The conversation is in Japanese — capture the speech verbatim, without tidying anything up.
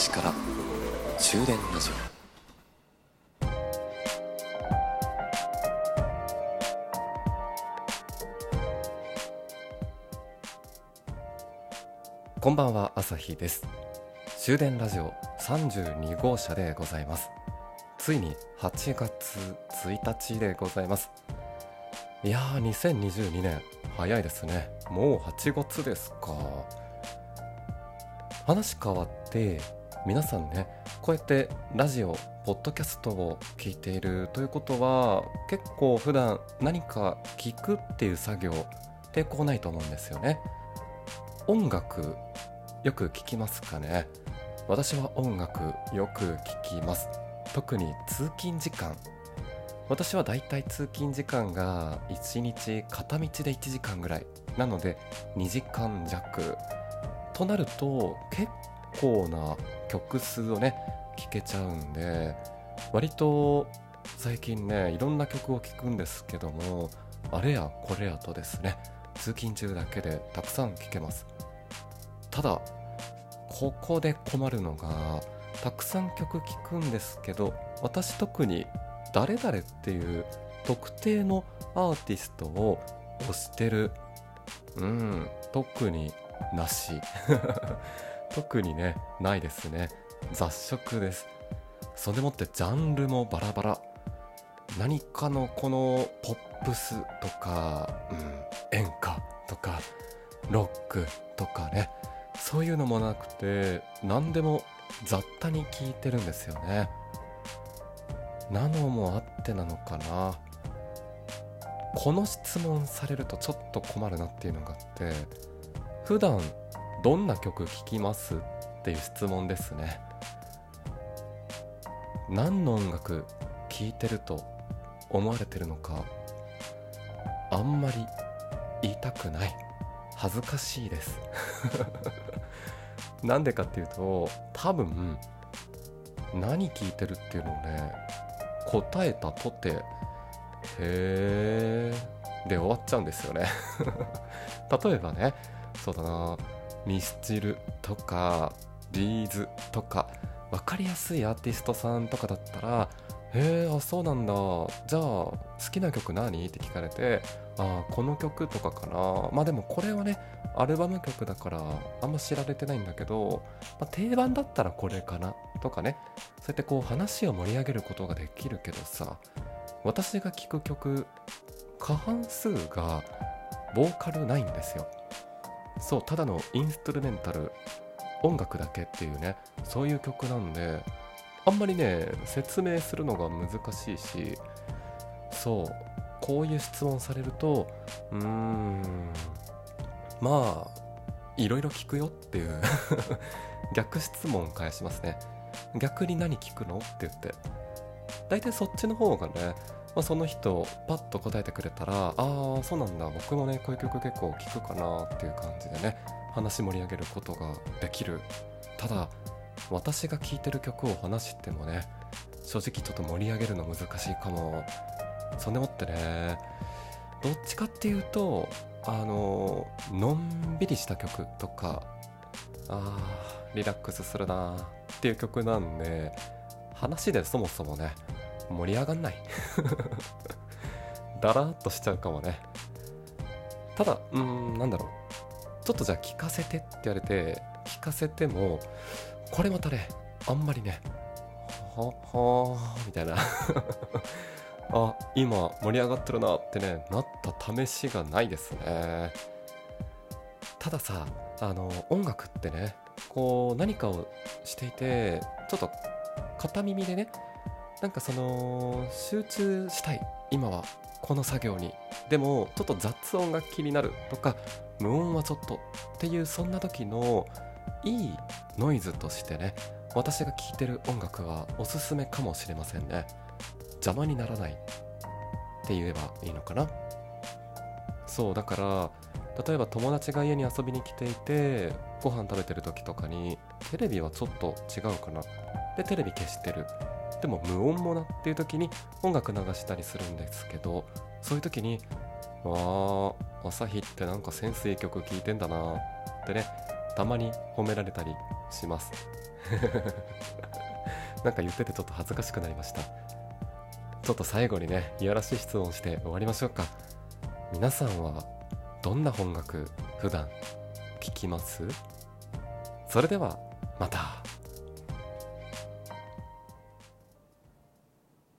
しから終電ラジオ。こんばんは、朝日です。終電ラジオさんじゅうにごうしゃでございます。ついにはちがつついたちでございます。いやー、にせんにじゅうにねん早いですね。もうはちがつですか。話変わって、皆さんね、こうやってラジオポッドキャストを聞いているということは、結構普段何か聞くっていう作業抵抗ないと思うんですよね。音楽よく聞きますかね。私は音楽よく聞きます。特に通勤時間。私はだいたい通勤時間がいちにち片道でいちじかんぐらいなのでにじかんじゃくとなると、結構な曲数をね聴けちゃうんで、割と最近ねいろんな曲を聴くんですけども、あれやこれやとですね、通勤中だけでたくさん聴けます。ただここで困るのが、たくさん曲聴くんですけど、私特に誰々っていう特定のアーティストを推してるうん特になし特にねないですね。雑食です。それでもってジャンルもバラバラ。何かのこのポップスとか、うん、演歌とかロックとかね、そういうのもなくて、何でも雑多に聞いてるんですよね。なのもあってなのかな。この質問されるとちょっと困るなっていうのがあって、普段どんな曲聴きますっていう質問ですね。何の音楽聴いてると思われてるのか、あんまり言いたくない。恥ずかしいですなんでかっていうと、多分何聴いてるっていうのをね答えたとてへーで終わっちゃうんですよね例えばね、そうだな、ミスチルとかビーズとか分かりやすいアーティストさんとかだったら、へー、あ、そうなんだ、じゃあ好きな曲何って聞かれて、あ、この曲とかかな。まあでもこれはねアルバム曲だからあんま知られてないんだけど、まあ、定番だったらこれかなとかね、そうやってこう話を盛り上げることができるけどさ、私が聴く曲過半数がボーカルないんですよ。そう、ただのインストゥルメンタル、音楽だけっていうね、そういう曲なんで、あんまりね説明するのが難しいし、そう、こういう質問されると、うーんまあいろいろ聞くよっていう逆質問返しますね。逆に何聞くのって言って、大体そっちの方がね、まあ、その人パッと答えてくれたら、ああそうなんだ、僕もねこういう曲結構聞くかなっていう感じでね、話盛り上げることができる。ただ私が聴いてる曲を話してもね、正直ちょっと盛り上げるの難しいかも。そんでもってね、どっちかっていうと、あののんびりした曲とか、あーリラックスするなっていう曲なんで、話でそもそもね盛り上がんないだらーっとしちゃうかもね。ただうーんなんだろう、ちょっとじゃあ聞かせてって言われて聞かせても、これまたねあんまりねははーみたいなあ、今盛り上がってるなってねなった試しがないですね。たださ、あの音楽ってね、こう何かをしていてちょっと片耳でね、なんかその集中したい今はこの作業に、でもちょっと雑音が気になるとか、無音はちょっとっていう、そんな時のいいノイズとしてね、私が聴いてる音楽はおすすめかもしれませんね。邪魔にならないって言えばいいのかな。そうだから、例えば友達が家に遊びに来ていてご飯食べてる時とかに、テレビはちょっと違うかなでテレビ消してる、でも無音もなっていう時に音楽流したりするんですけど、そういう時に、わー、朝日ってなんかセンスいい曲聴いてんだなってね、たまに褒められたりしますなんか言っててちょっと恥ずかしくなりました。ちょっと最後にね、いやらしい質問をして終わりましょうか。皆さんはどんな音楽普段聴きます？それではまた。